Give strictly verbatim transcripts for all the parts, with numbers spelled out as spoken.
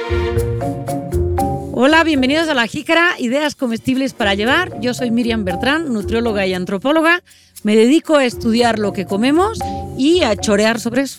Hola, bienvenidos a La Jícara, ideas comestibles para llevar. Yo soy Miriam Bertrán, nutrióloga y antropóloga. Me dedico a estudiar lo que comemos y a chorear sobre eso.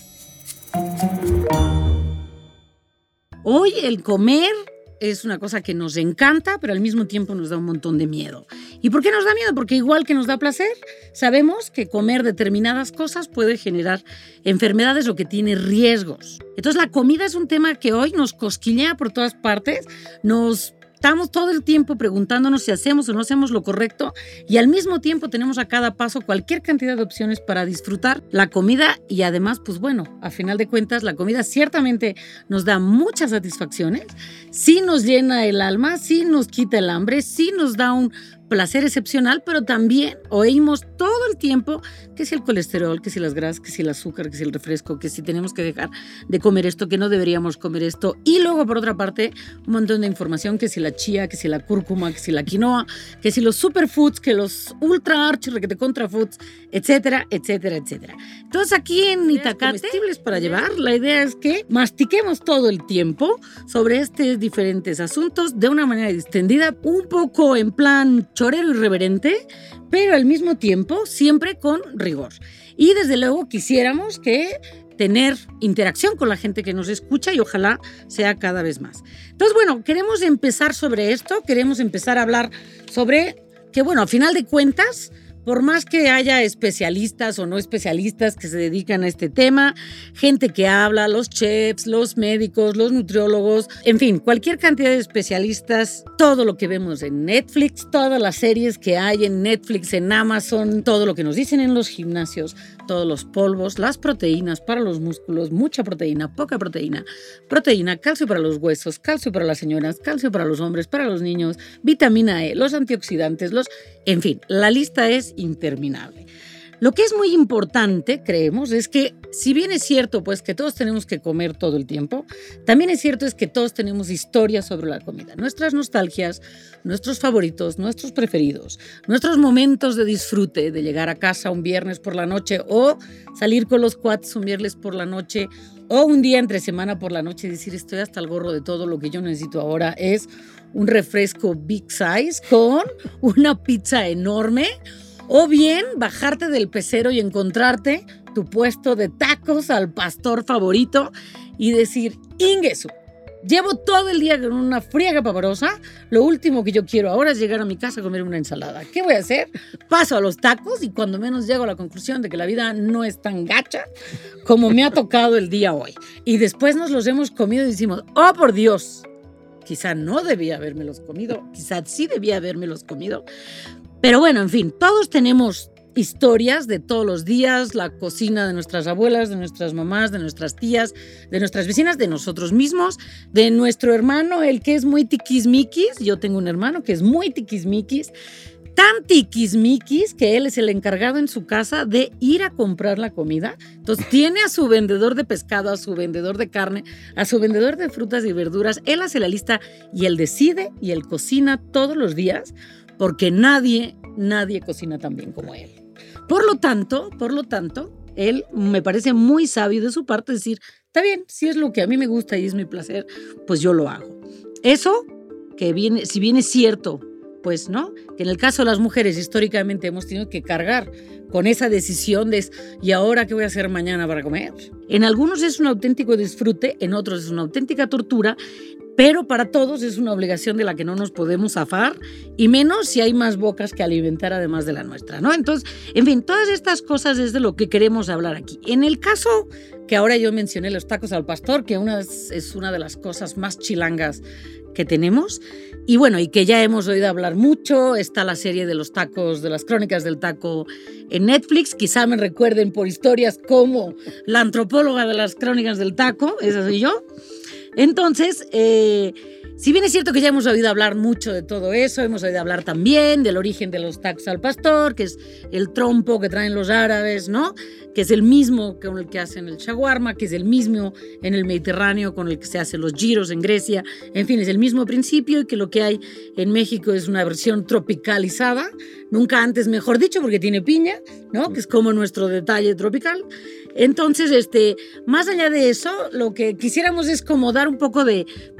Hoy el comer es una cosa que nos encanta, pero al mismo tiempo nos da un montón de miedo. ¿Y por qué nos da miedo? Porque igual que nos da placer, sabemos que comer determinadas cosas puede generar enfermedades o que tiene riesgos. Entonces la comida es un tema que hoy nos cosquillea por todas partes, nos... Estamos todo el tiempo preguntándonos si hacemos o no hacemos lo correcto y al mismo tiempo tenemos a cada paso cualquier cantidad de opciones para disfrutar la comida y además, pues bueno, a final de cuentas la comida ciertamente nos da muchas satisfacciones, sí nos llena el alma, sí nos quita el hambre, sí nos da un placer excepcional, pero también oímos todo el tiempo que si el colesterol, que si las grasas, que si el azúcar, que si el refresco, que si tenemos que dejar de comer esto, que no deberíamos comer esto. Y luego, por otra parte, un montón de información, que si la chía, que si la cúrcuma, que si la quinoa, que si los superfoods, que los ultra archi requete contra foods, etcétera, etcétera, etcétera. Entonces aquí en Itacate, comestibles para llevar, la idea es que mastiquemos todo el tiempo sobre estos diferentes asuntos de una manera distendida, un poco en plan chorero irreverente, pero al mismo tiempo siempre con rigor. Y desde luego quisiéramos que tener interacción con la gente que nos escucha y ojalá sea cada vez más. Entonces, bueno, queremos empezar sobre esto, queremos empezar a hablar sobre que, bueno, a final de cuentas, por más que haya especialistas o no especialistas que se dedican a este tema, gente que habla, los chefs, los médicos, los nutriólogos, en fin, cualquier cantidad de especialistas, todo lo que vemos en Netflix, todas las series que hay en Netflix, en Amazon, todo lo que nos dicen en los gimnasios, todos los polvos, las proteínas para los músculos, mucha proteína, poca proteína, proteína, calcio para los huesos, calcio para las señoras, calcio para los hombres, para los niños, vitamina E, los antioxidantes, los... En fin, la lista es interminable. Lo que es muy importante, creemos, es que si bien es cierto pues que todos tenemos que comer todo el tiempo, también es cierto es que todos tenemos historias sobre la comida, nuestras nostalgias, nuestros favoritos, nuestros preferidos, nuestros momentos de disfrute, de llegar a casa un viernes por la noche o salir con los cuates un viernes por la noche o un día entre semana por la noche y decir estoy hasta el gorro de todo, lo que yo necesito ahora es un refresco big size con una pizza enorme. O bien bajarte del pecero y encontrarte tu puesto de tacos al pastor favorito y decir, Ingesu, llevo todo el día con una friega pavorosa, lo último que yo quiero ahora es llegar a mi casa a comer una ensalada. ¿Qué voy a hacer? Paso a los tacos y cuando menos llego a la conclusión de que la vida no es tan gacha como me ha tocado el día hoy. Y después nos los hemos comido y decimos, oh por Dios, quizá no debía habérmelos comido, quizá sí debía habérmelos comido. Pero bueno, en fin, todos tenemos historias de todos los días, la cocina de nuestras abuelas, de nuestras mamás, de nuestras tías, de nuestras vecinas, de nosotros mismos, de nuestro hermano, el que es muy tiquismiquis. Yo tengo un hermano que es muy tiquismiquis, tan tiquismiquis que él es el encargado en su casa de ir a comprar la comida. Entonces tiene a su vendedor de pescado, a su vendedor de carne, a su vendedor de frutas y verduras. Él hace la lista y él decide y él cocina todos los días. Porque nadie, nadie cocina tan bien como él. Por lo tanto, por lo tanto, él me parece muy sabio de su parte decir, está bien, si es lo que a mí me gusta y es mi placer, pues yo lo hago. Eso, que viene, si bien es cierto, pues, ¿no? Que en el caso de las mujeres históricamente hemos tenido que cargar con esa decisión de, ¿y ahora qué voy a hacer mañana para comer? En algunos es un auténtico disfrute, en otros es una auténtica tortura, pero para todos es una obligación de la que no nos podemos zafar, y menos si hay más bocas que alimentar además de la nuestra, ¿no? Entonces, en fin, todas estas cosas es de lo que queremos hablar aquí. En el caso que ahora yo mencioné, los tacos al pastor, que una es, es una de las cosas más chilangas que tenemos, y bueno, y que ya hemos oído hablar mucho, está la serie de los tacos, de las crónicas del taco en Netflix, quizá me recuerden por historias como la antropóloga de las crónicas del taco, esa soy yo. Entonces, eh, si bien es cierto que ya hemos oído hablar mucho de todo eso, hemos oído hablar también del origen de los tacos al pastor, que es el trompo que traen los árabes, ¿no? Que es el mismo con el que hacen el shawarma, que es el mismo en el Mediterráneo con el que se hacen los gyros en Grecia. En fin, es el mismo principio y que lo que hay en México es una versión tropicalizada, nunca antes mejor dicho, porque tiene piña, ¿no? Que es como nuestro detalle tropical. Entonces, este, más allá de eso, lo que quisiéramos es como dar un poco de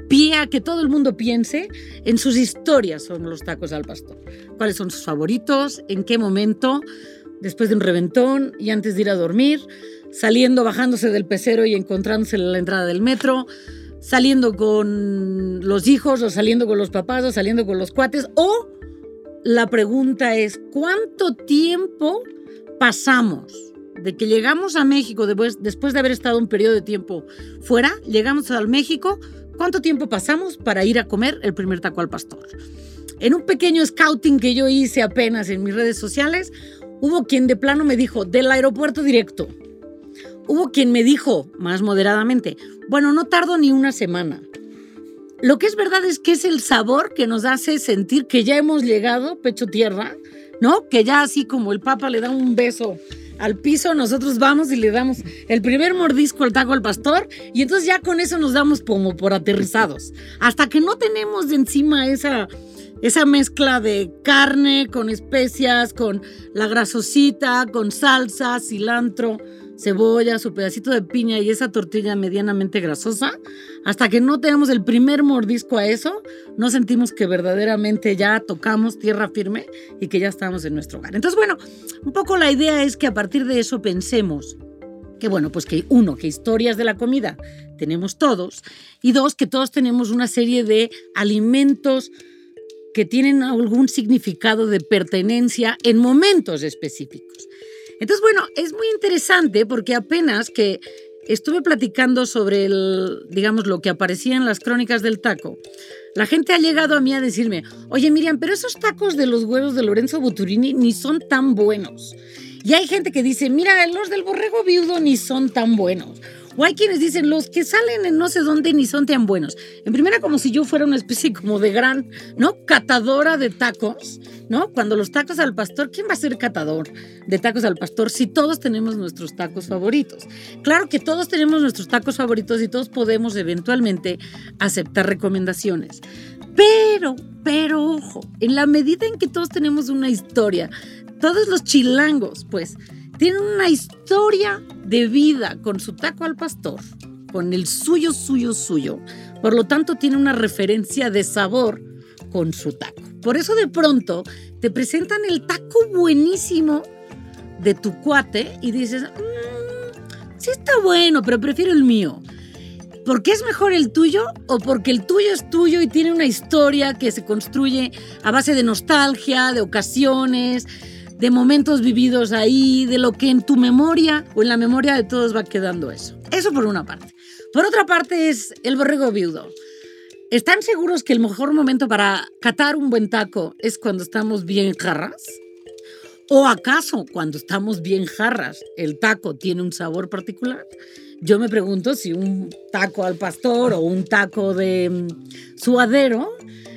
pie a que todo el mundo piense en sus historias sobre los tacos al pastor. ¿Cuáles son sus favoritos? ¿En qué momento? Después de un reventón y antes de ir a dormir, saliendo, bajándose del pecero y encontrándose en la entrada del metro, saliendo con los hijos o saliendo con los papás o saliendo con los cuates. O la pregunta es, ¿cuánto tiempo pasamos de que llegamos a México después, después de haber estado un periodo de tiempo fuera? Llegamos al México, ¿cuánto tiempo pasamos para ir a comer el primer taco al pastor? En un pequeño scouting que yo hice apenas en mis redes sociales, hubo quien de plano me dijo, del aeropuerto directo. Hubo quien me dijo, más moderadamente, bueno, no tardo ni una semana. Lo que es verdad es que es el sabor que nos hace sentir que ya hemos llegado, pecho tierra, ¿no? Que ya así como el Papa le da un beso al piso, nosotros vamos y le damos el primer mordisco al taco al pastor y entonces ya con eso nos damos como por aterrizados. Hasta que no tenemos de encima esa, esa mezcla de carne con especias, con la grasosita, con salsa, cilantro, cebolla, su pedacito de piña y esa tortilla medianamente grasosa, hasta que no tenemos el primer mordisco a eso, no sentimos que verdaderamente ya tocamos tierra firme y que ya estamos en nuestro hogar. Entonces, bueno, un poco la idea es que a partir de eso pensemos que, bueno, pues que uno, que historias de la comida tenemos todos, y dos, que todos tenemos una serie de alimentos que tienen algún significado de pertenencia en momentos específicos. Entonces, bueno, es muy interesante porque apenas que estuve platicando sobre el, digamos, lo que aparecía en las crónicas del taco, la gente ha llegado a mí a decirme, oye, Miriam, pero esos tacos de los huevos de Lorenzo Boturini ni son tan buenos. Y hay gente que dice, mira, los del borrego viudo ni son tan buenos. O hay quienes dicen, los que salen en no sé dónde ni son tan buenos. En primera, como si yo fuera una especie como de gran, ¿no? Catadora de tacos, ¿no? Cuando los tacos al pastor, ¿quién va a ser catador de tacos al pastor si todos tenemos nuestros tacos favoritos? Claro que todos tenemos nuestros tacos favoritos y todos podemos eventualmente aceptar recomendaciones. Pero, pero, ojo, en la medida en que todos tenemos una historia, todos los chilangos, pues, tienen una historia de vida con su taco al pastor, con el suyo, suyo, suyo. Por lo tanto, tiene una referencia de sabor con su taco. Por eso de pronto te presentan el taco buenísimo de tu cuate y dices, mmm, sí está bueno, pero prefiero el mío. ¿Por qué es mejor el tuyo? ¿O porque el tuyo es tuyo y tiene una historia que se construye a base de nostalgia, de ocasiones, de momentos vividos ahí, de lo que en tu memoria o en la memoria de todos va quedando eso? Eso por una parte. Por otra parte es el borrego viudo. ¿Están seguros que el mejor momento para catar un buen taco es cuando estamos bien jarras? ¿O acaso cuando estamos bien jarras el taco tiene un sabor particular? Yo me pregunto si un taco al pastor o un taco de um, suadero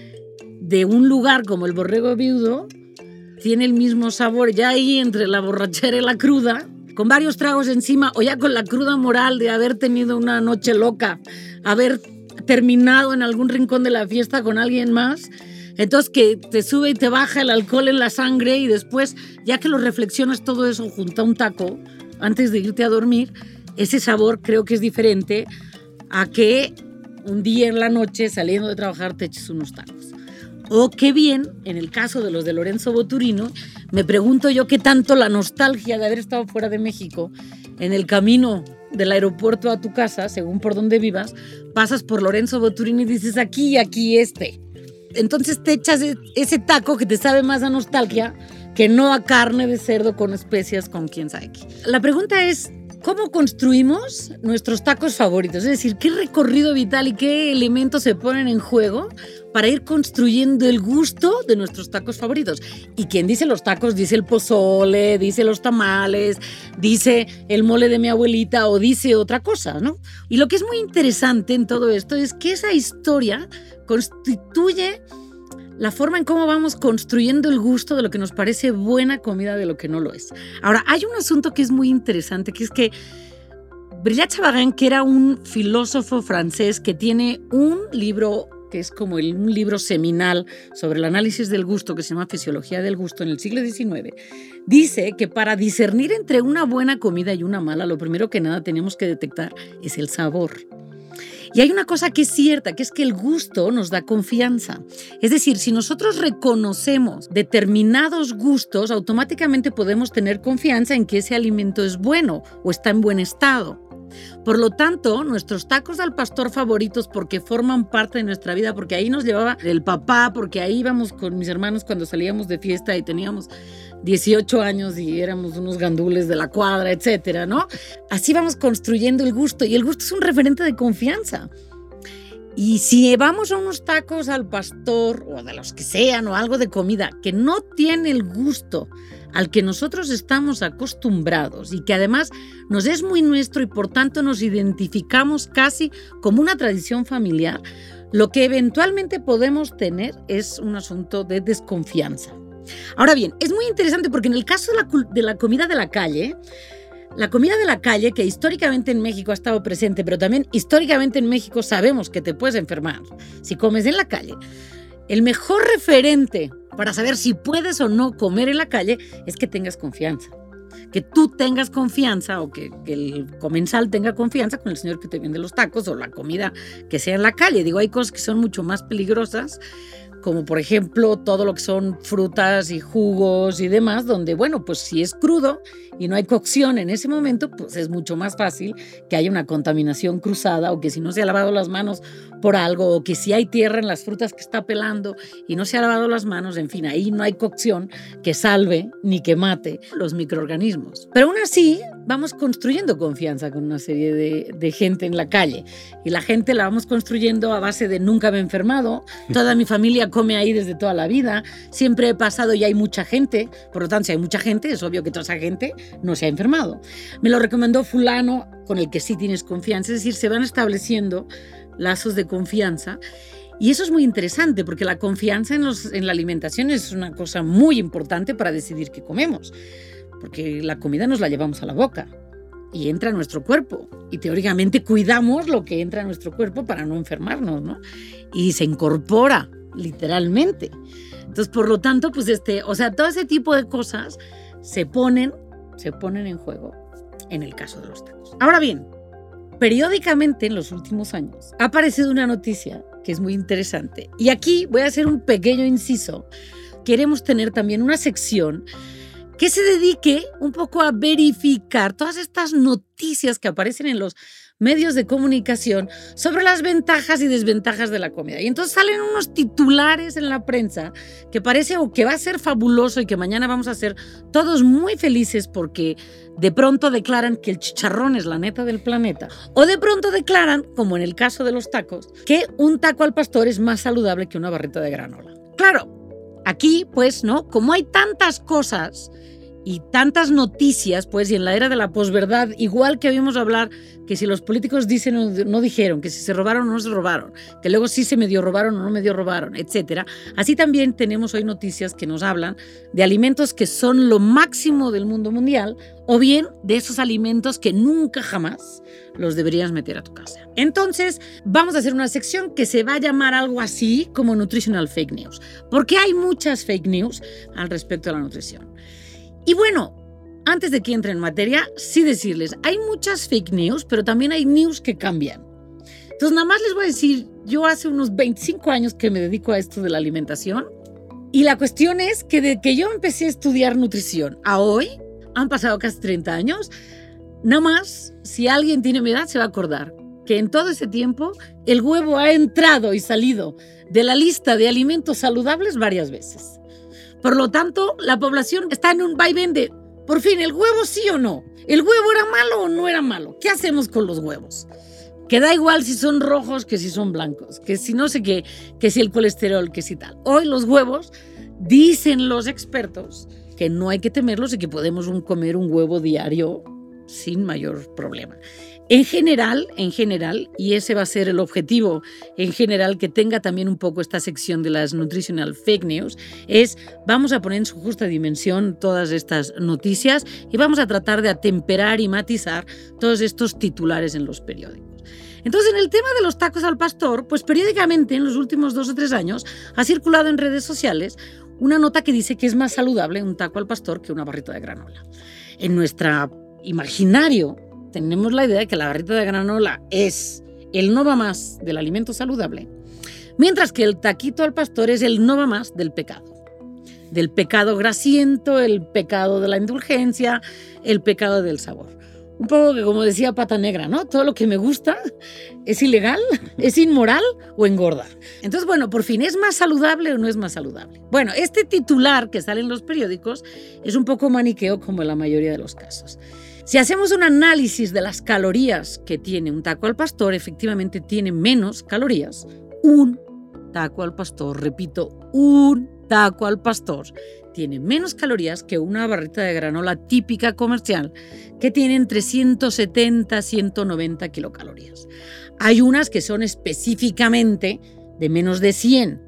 de un lugar como el borrego viudo tiene el mismo sabor ya ahí entre la borrachera y la cruda, con varios tragos encima, o ya con la cruda moral de haber tenido una noche loca, haber terminado en algún rincón de la fiesta con alguien más. Entonces que te sube y te baja el alcohol en la sangre y después, ya que lo reflexionas todo eso junto a un taco, antes de irte a dormir, ese sabor creo que es diferente a que un día en la noche saliendo de trabajar te eches unos tacos. O qué bien, en el caso de los de Lorenzo Boturino, me pregunto yo qué tanto la nostalgia de haber estado fuera de México, en el camino del aeropuerto a tu casa, según por donde vivas, pasas por Lorenzo Boturino y dices aquí y aquí este. Entonces te echas ese taco que te sabe más a nostalgia que no a carne de cerdo con especias con quién sabe qué. La pregunta es, ¿cómo construimos nuestros tacos favoritos? Es decir, ¿qué recorrido vital y qué elementos se ponen en juego para ir construyendo el gusto de nuestros tacos favoritos? Y quien dice los tacos, dice el pozole, dice los tamales, dice el mole de mi abuelita o dice otra cosa, ¿no? Y lo que es muy interesante en todo esto es que esa historia constituye la forma en cómo vamos construyendo el gusto de lo que nos parece buena comida de lo que no lo es. Ahora, hay un asunto que es muy interesante, que es que Brillat-Savarin, que era un filósofo francés que tiene un libro que es como el, un libro seminal sobre el análisis del gusto, que se llama Fisiología del Gusto, en el siglo diecinueve, dice que para discernir entre una buena comida y una mala, lo primero que nada tenemos que detectar es el sabor. Y hay una cosa que es cierta, que es que el gusto nos da confianza. Es decir, si nosotros reconocemos determinados gustos, automáticamente podemos tener confianza en que ese alimento es bueno o está en buen estado. Por lo tanto, nuestros tacos al pastor favoritos, porque forman parte de nuestra vida, porque ahí nos llevaba el papá, porque ahí íbamos con mis hermanos cuando salíamos de fiesta y teníamos dieciocho años y éramos unos gandules de la cuadra, etcétera, ¿no? Así vamos construyendo el gusto, y el gusto es un referente de confianza. Y si vamos a unos tacos al pastor o de los que sean o algo de comida que no tiene el gusto al que nosotros estamos acostumbrados y que además nos es muy nuestro y por tanto nos identificamos casi como una tradición familiar, lo que eventualmente podemos tener es un asunto de desconfianza. Ahora bien, es muy interesante porque en el caso de la, de la comida de la calle, la comida de la calle, que históricamente en México ha estado presente, pero también históricamente en México sabemos que te puedes enfermar si comes en la calle. El mejor referente para saber si puedes o no comer en la calle es que tengas confianza. Que tú tengas confianza o que, que el comensal tenga confianza con el señor que te vende los tacos o la comida que sea en la calle. Digo, hay cosas que son mucho más peligrosas, como por ejemplo todo lo que son frutas y jugos y demás, donde, bueno, pues si es crudo y no hay cocción en ese momento, pues es mucho más fácil que haya una contaminación cruzada, o que si no se ha lavado las manos por algo, o que si hay tierra en las frutas que está pelando y no se ha lavado las manos, en fin, ahí no hay cocción que salve ni que mate los microorganismos. Pero aún así, vamos construyendo confianza con una serie de, de gente en la calle, y la gente la vamos construyendo a base de nunca me he enfermado, toda mi familia come ahí desde toda la vida, siempre he pasado y hay mucha gente, por lo tanto si hay mucha gente es obvio que toda esa gente no se ha enfermado. Me lo recomendó fulano con el que sí tienes confianza, es decir, se van estableciendo lazos de confianza. Y eso es muy interesante porque la confianza en, los, en la alimentación es una cosa muy importante para decidir qué comemos, porque la comida nos la llevamos a la boca y entra a nuestro cuerpo, y teóricamente cuidamos lo que entra a nuestro cuerpo para no enfermarnos, ¿no? Y se incorpora literalmente. Entonces, por lo tanto, pues este, o sea, todo ese tipo de cosas se ponen, se ponen en juego en el caso de los tacos. Ahora bien, periódicamente en los últimos años ha aparecido una noticia que es muy interesante, y aquí voy a hacer un pequeño inciso. Queremos tener también una sección que se dedique un poco a verificar todas estas noticias que aparecen en los medios de comunicación sobre las ventajas y desventajas de la comida. Y entonces salen unos titulares en la prensa que parece o que va a ser fabuloso y que mañana vamos a ser todos muy felices porque de pronto declaran que el chicharrón es la neta del planeta. O de pronto declaran, como en el caso de los tacos, que un taco al pastor es más saludable que una barrita de granola. Claro, aquí pues no, como hay tantas cosas y tantas noticias, pues, y en la era de la posverdad, igual que oímos hablar que si los políticos dicen o no dijeron, que si se robaron o no se robaron, que luego sí se medio robaron o no medio robaron, etcétera. Así también tenemos hoy noticias que nos hablan de alimentos que son lo máximo del mundo mundial, o bien de esos alimentos que nunca jamás los deberías meter a tu casa. Entonces, vamos a hacer una sección que se va a llamar algo así como Nutritional Fake News, porque hay muchas fake news al respecto de la nutrición. Y bueno, antes de que entre en materia, sí decirles, hay muchas fake news, pero también hay news que cambian. Entonces, nada más les voy a decir, yo hace unos veinticinco años que me dedico a esto de la alimentación, y la cuestión es que de que yo empecé a estudiar nutrición a hoy, han pasado casi treinta años, nada más, si alguien tiene mi edad se va a acordar que en todo ese tiempo el huevo ha entrado y salido de la lista de alimentos saludables varias veces. Por lo tanto, la población está en un vaivén de, por fin, ¿el huevo sí o no? ¿El huevo era malo o no era malo? ¿Qué hacemos con los huevos? Que da igual si son rojos que si son blancos, que si no sé qué, que si el colesterol, que si tal. Hoy los huevos, dicen los expertos, que no hay que temerlos y que podemos un, comer un huevo diario sin mayor problema. En general, en general, y ese va a ser el objetivo en general que tenga también un poco esta sección de las Nutritional Fake News, es vamos a poner en su justa dimensión todas estas noticias y vamos a tratar de atemperar y matizar todos estos titulares en los periódicos. Entonces, en el tema de los tacos al pastor, pues periódicamente en los últimos dos o tres años ha circulado en redes sociales una nota que dice que es más saludable un taco al pastor que una barrita de granola. En nuestro imaginario tenemos la idea de que la barrita de granola es el no va más del alimento saludable, mientras que el taquito al pastor es el no va más del pecado. Del pecado grasiento, el pecado de la indulgencia, el pecado del sabor. Un poco que, como decía Pata Negra, ¿no? Todo lo que me gusta es ilegal, es inmoral o engorda. Entonces, bueno, por fin, ¿es más saludable o no es más saludable? Bueno, este titular que sale en los periódicos es un poco maniqueo como en la mayoría de los casos. Si hacemos un análisis de las calorías que tiene un taco al pastor, efectivamente tiene menos calorías. Un taco al pastor, repito, un taco al pastor tiene menos calorías que una barrita de granola típica comercial que tiene entre ciento setenta a ciento noventa kilocalorías. Hay unas que son específicamente de menos de cien.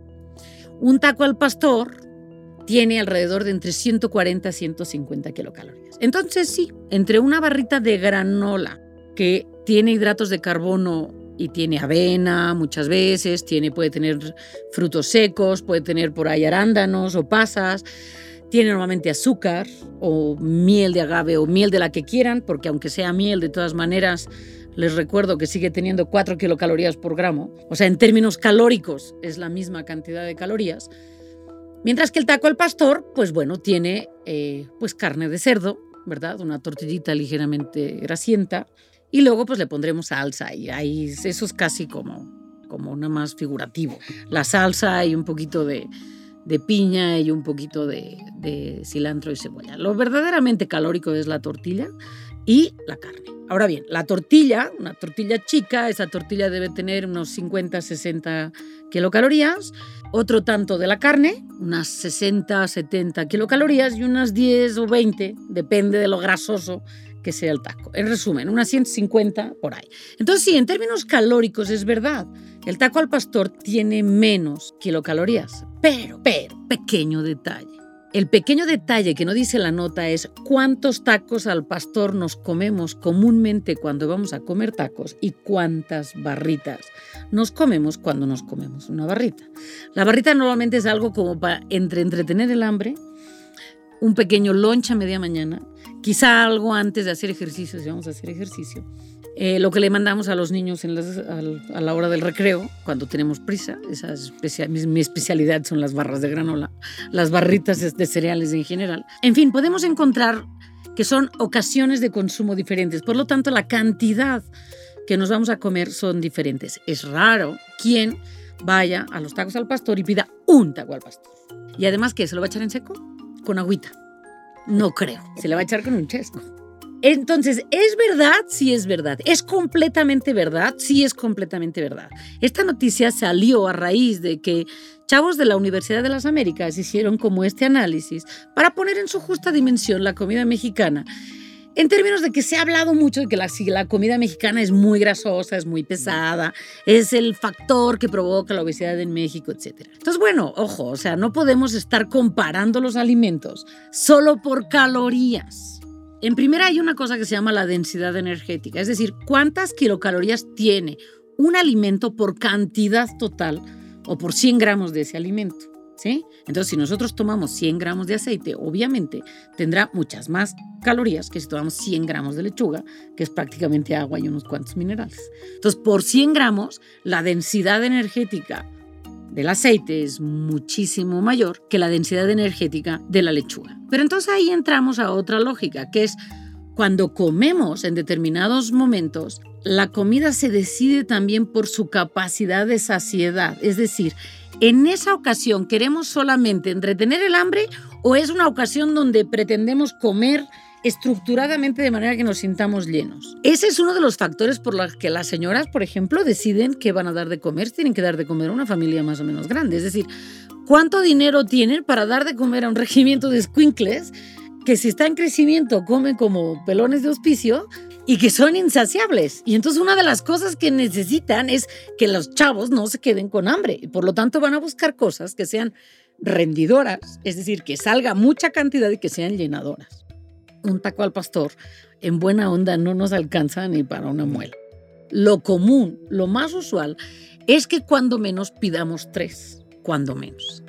Un taco al pastor tiene alrededor de entre ciento cuarenta a ciento cincuenta kilocalorías. Entonces sí, entre una barrita de granola que tiene hidratos de carbono y tiene avena muchas veces, tiene, puede tener frutos secos, puede tener por ahí arándanos o pasas, tiene normalmente azúcar o miel de agave o miel de la que quieran, porque aunque sea miel, de todas maneras, les recuerdo que sigue teniendo cuatro kilocalorías por gramo, o sea, en términos calóricos es la misma cantidad de calorías, mientras que el taco al pastor, pues bueno, tiene eh, pues carne de cerdo, ¿verdad? Una tortillita ligeramente grasienta, y luego pues le pondremos salsa y ahí eso es casi como, como nada más figurativo. La salsa y un poquito de, de piña y un poquito de, de cilantro y cebolla. Lo verdaderamente calórico es la tortilla y la carne. Ahora bien, la tortilla, una tortilla chica, esa tortilla debe tener unos cincuenta a sesenta kilocalorías, otro tanto de la carne, unas sesenta a setenta kilocalorías y unas diez o veinte, depende de lo grasoso que sea el taco. En resumen, unas ciento cincuenta por ahí. Entonces sí, en términos calóricos es verdad, el taco al pastor tiene menos kilocalorías, pero, pero, pequeño detalle. El pequeño detalle que no dice la nota es cuántos tacos al pastor nos comemos comúnmente cuando vamos a comer tacos y cuántas barritas nos comemos cuando nos comemos una barrita. La barrita normalmente es algo como para entre entretener el hambre, un pequeño lunch a media mañana, quizá algo antes de hacer ejercicio, si vamos a hacer ejercicio. Eh, lo que le mandamos a los niños en las, a, a la hora del recreo, cuando tenemos prisa, esa especia, mi, mi especialidad son las barras de granola, las barritas de cereales en general. En fin, podemos encontrar que son ocasiones de consumo diferentes, por lo tanto la cantidad que nos vamos a comer son diferentes. Es raro quien vaya a los tacos al pastor y pida un taco al pastor. Y además, ¿qué? ¿Se lo va a echar en seco? Con agüita. No creo. Se le va a echar con un chesco. Entonces, ¿es verdad? Sí es verdad. ¿Es completamente verdad? Sí es completamente verdad. Esta noticia salió a raíz de que chavos de la Universidad de las Américas hicieron como este análisis para poner en su justa dimensión la comida mexicana. En términos de que se ha hablado mucho de que la, la comida mexicana es muy grasosa, es muy pesada, es el factor que provoca la obesidad en México, etcétera. Entonces, bueno, ojo, o sea, no podemos estar comparando los alimentos solo por calorías. En primera hay una cosa que se llama la densidad energética, es decir, cuántas kilocalorías tiene un alimento por cantidad total o por cien gramos de ese alimento. ¿Sí? Entonces, si nosotros tomamos cien gramos de aceite, obviamente tendrá muchas más calorías que si tomamos cien gramos de lechuga, que es prácticamente agua y unos cuantos minerales. Entonces, por cien gramos, la densidad energética del aceite es muchísimo mayor que la densidad energética de la lechuga. Pero entonces ahí entramos a otra lógica, que es cuando comemos en determinados momentos, la comida se decide también por su capacidad de saciedad, es decir, ¿en esa ocasión queremos solamente entretener el hambre o es una ocasión donde pretendemos comer estructuradamente de manera que nos sintamos llenos? Ese es uno de los factores por los que las señoras, por ejemplo, deciden qué van a dar de comer. Tienen que dar de comer a una familia más o menos grande. Es decir, ¿cuánto dinero tienen para dar de comer a un regimiento de escuincles que si está en crecimiento comen como pelones de hospicio y que son insaciables? Y entonces una de las cosas que necesitan es que los chavos no se queden con hambre y por lo tanto van a buscar cosas que sean rendidoras, es decir, que salga mucha cantidad y que sean llenadoras. Un taco al pastor en buena onda no nos alcanza ni para una muela. Lo común, lo más usual es que cuando menos pidamos tres, cuando menos.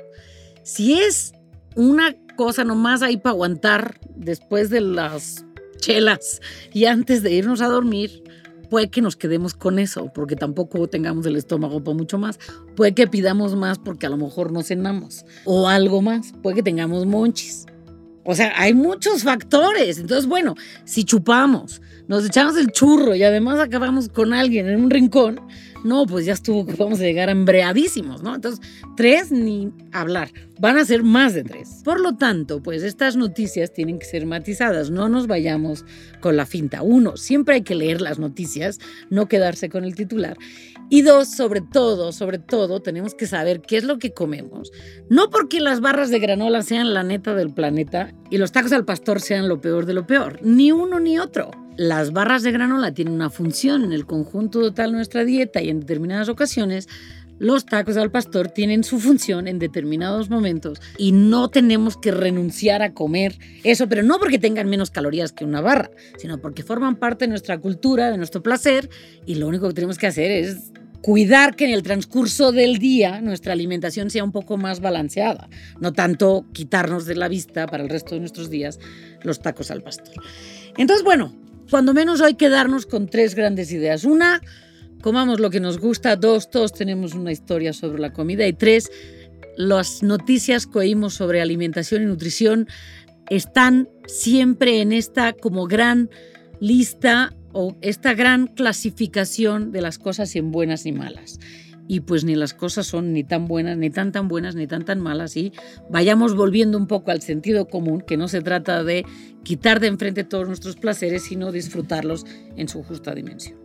Si es una cosa nomás ahí para aguantar después de las chelas y antes de irnos a dormir, puede que nos quedemos con eso, porque tampoco tengamos el estómago para mucho más. Puede que pidamos más porque a lo mejor no cenamos o algo más. Puede que tengamos monchis. O sea, hay muchos factores. Entonces, bueno, si chupamos, nos echamos el churro y además acabamos con alguien en un rincón, no, pues ya estuvo, que vamos a llegar embreadísimos, ¿no? Entonces, tres ni hablar. Van a ser más de tres. Por lo tanto, pues estas noticias tienen que ser matizadas. No nos vayamos con la finta. Uno, siempre hay que leer las noticias, no quedarse con el titular. Y dos, sobre todo, sobre todo, tenemos que saber qué es lo que comemos. No porque las barras de granola sean la neta del planeta y los tacos al pastor sean lo peor de lo peor. Ni uno ni otro. Las barras de granola tienen una función en el conjunto total de nuestra dieta y en determinadas ocasiones los tacos al pastor tienen su función en determinados momentos y no tenemos que renunciar a comer eso, pero no porque tengan menos calorías que una barra, sino porque forman parte de nuestra cultura, de nuestro placer, y lo único que tenemos que hacer es cuidar que en el transcurso del día nuestra alimentación sea un poco más balanceada, no tanto quitarnos de la vista para el resto de nuestros días los tacos al pastor. Entonces, bueno, cuando menos hay que darnos con tres grandes ideas. Una, comamos lo que nos gusta. Dos, todos tenemos una historia sobre la comida. Y tres, las noticias que oímos sobre alimentación y nutrición están siempre en esta como gran lista o esta gran clasificación de las cosas en buenas y malas. Y pues ni las cosas son ni tan buenas, ni tan tan buenas, ni tan tan malas, y vayamos volviendo un poco al sentido común, que no se trata de quitar de enfrente todos nuestros placeres, sino disfrutarlos en su justa dimensión.